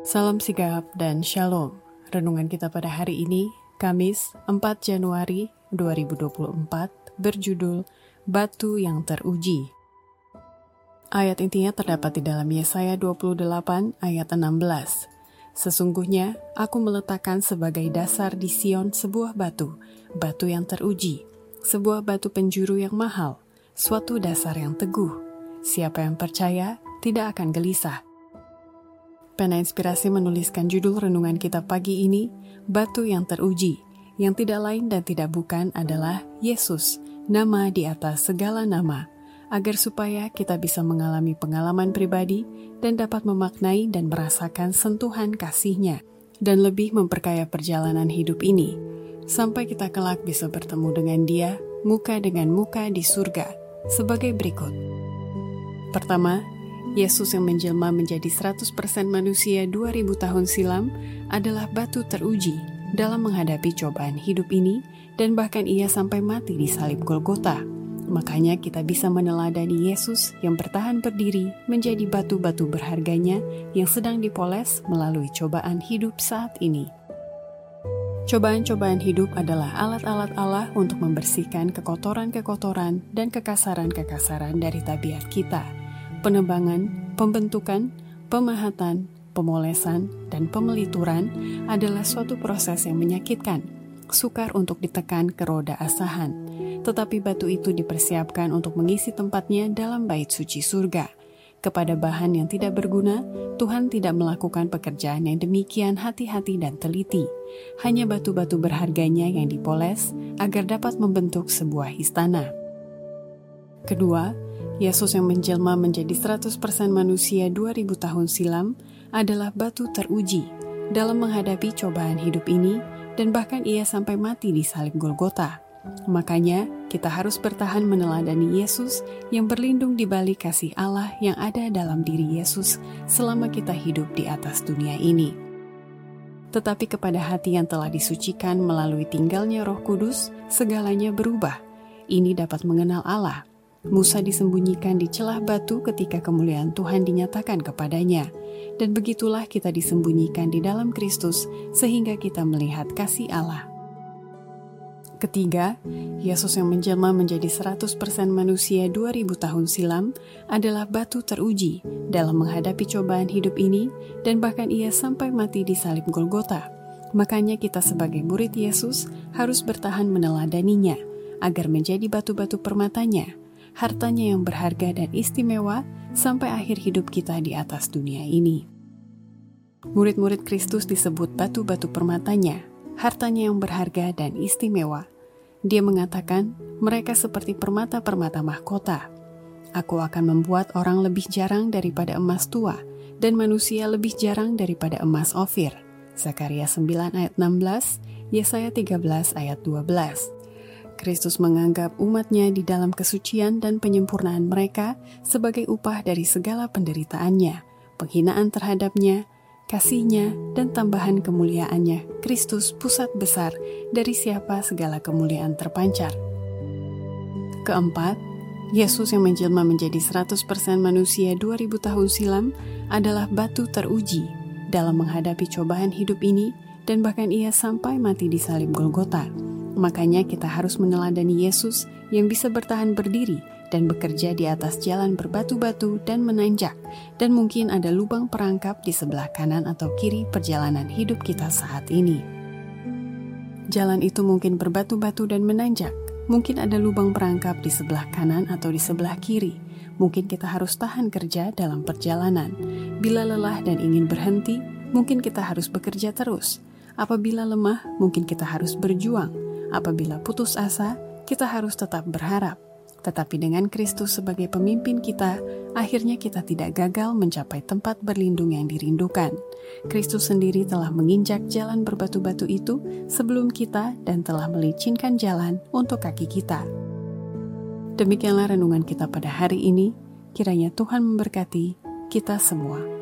Salam sigap dan shalom. Renungan kita pada hari ini, Kamis 4 Januari 2024, berjudul Batu yang Teruji. Ayat intinya terdapat di dalam Yesaya 28 ayat 16. Sesungguhnya aku meletakkan sebagai dasar di Sion sebuah batu, batu yang teruji, sebuah batu penjuru yang mahal, suatu dasar yang teguh. Siapa yang percaya tidak akan gelisah. Pena Inspirasi menuliskan judul renungan kita pagi ini, Batu yang Teruji, yang tidak lain dan tidak bukan adalah Yesus, nama di atas segala nama, agar supaya kita bisa mengalami pengalaman pribadi dan dapat memaknai dan merasakan sentuhan kasih-Nya, dan lebih memperkaya perjalanan hidup ini, sampai kita kelak bisa bertemu dengan Dia, muka dengan muka di surga, sebagai berikut. Pertama, Yesus yang menjelma menjadi 100% manusia 2000 tahun silam adalah batu teruji dalam menghadapi cobaan hidup ini dan bahkan Ia sampai mati di salib Golgota. Makanya kita bisa meneladani Yesus yang bertahan berdiri menjadi batu-batu berharganya yang sedang dipoles melalui cobaan hidup saat ini. Cobaan-cobaan hidup adalah alat-alat Allah untuk membersihkan kekotoran-kekotoran dan kekasaran-kekasaran dari tabiat kita. Penebangan, pembentukan, pemahatan, pemolesan, dan pemelituran adalah suatu proses yang menyakitkan, sukar untuk ditekan ke roda asahan. Tetapi batu itu dipersiapkan untuk mengisi tempatnya dalam bait suci surga. Kepada bahan yang tidak berguna, Tuhan tidak melakukan pekerjaan yang demikian hati-hati dan teliti. Hanya batu-batu berharganya yang dipoles agar dapat membentuk sebuah istana. Kedua, Yesus yang menjelma menjadi 100% manusia 2000 tahun silam adalah batu teruji dalam menghadapi cobaan hidup ini dan bahkan Ia sampai mati di salib Golgota. Makanya kita harus bertahan meneladani Yesus yang berlindung di balik kasih Allah yang ada dalam diri Yesus selama kita hidup di atas dunia ini. Tetapi kepada hati yang telah disucikan melalui tinggalnya Roh Kudus, segalanya berubah. Ini dapat mengenal Allah. Musa disembunyikan di celah batu ketika kemuliaan Tuhan dinyatakan kepadanya. Dan begitulah kita disembunyikan di dalam Kristus sehingga kita melihat kasih Allah. Ketiga, Yesus yang menjelma menjadi 100% manusia 2000 tahun silam adalah batu teruji dalam menghadapi cobaan hidup ini dan bahkan Ia sampai mati di salib Golgota. Makanya kita sebagai murid Yesus harus bertahan meneladaninya agar menjadi batu-batu permatanya, hartanya yang berharga dan istimewa sampai akhir hidup kita di atas dunia ini. Murid-murid Kristus disebut batu-batu permatanya, hartanya yang berharga dan istimewa. Dia mengatakan, mereka seperti permata-permata mahkota. Aku akan membuat orang lebih jarang daripada emas tua, dan manusia lebih jarang daripada emas Ofir. Zakaria 9 ayat 16, Yesaya 13 ayat 12. Kristus menganggap umatnya di dalam kesucian dan penyempurnaan mereka sebagai upah dari segala penderitaannya, penghinaan terhadapnya, kasihnya, dan tambahan kemuliaannya. Kristus pusat besar dari siapa segala kemuliaan terpancar. Keempat, Yesus yang menjelma menjadi 100% manusia 2000 tahun silam adalah batu teruji dalam menghadapi cobaan hidup ini dan bahkan Ia sampai mati di salib Golgota. Makanya kita harus meneladani Yesus yang bisa bertahan berdiri dan bekerja di atas jalan berbatu-batu dan menanjak, dan mungkin ada lubang perangkap di sebelah kanan atau kiri perjalanan hidup kita saat ini. Jalan itu mungkin berbatu-batu dan menanjak, mungkin ada lubang perangkap di sebelah kanan atau di sebelah kiri. Mungkin kita harus tahan kerja dalam perjalanan. Bila lelah dan ingin berhenti, mungkin kita harus bekerja terus. Apabila lemah, mungkin kita harus berjuang. Apabila putus asa, kita harus tetap berharap. Tetapi dengan Kristus sebagai pemimpin kita, akhirnya kita tidak gagal mencapai tempat berlindung yang dirindukan. Kristus sendiri telah menginjak jalan berbatu-batu itu sebelum kita dan telah melicinkan jalan untuk kaki kita. Demikianlah renungan kita pada hari ini. Kiranya Tuhan memberkati kita semua.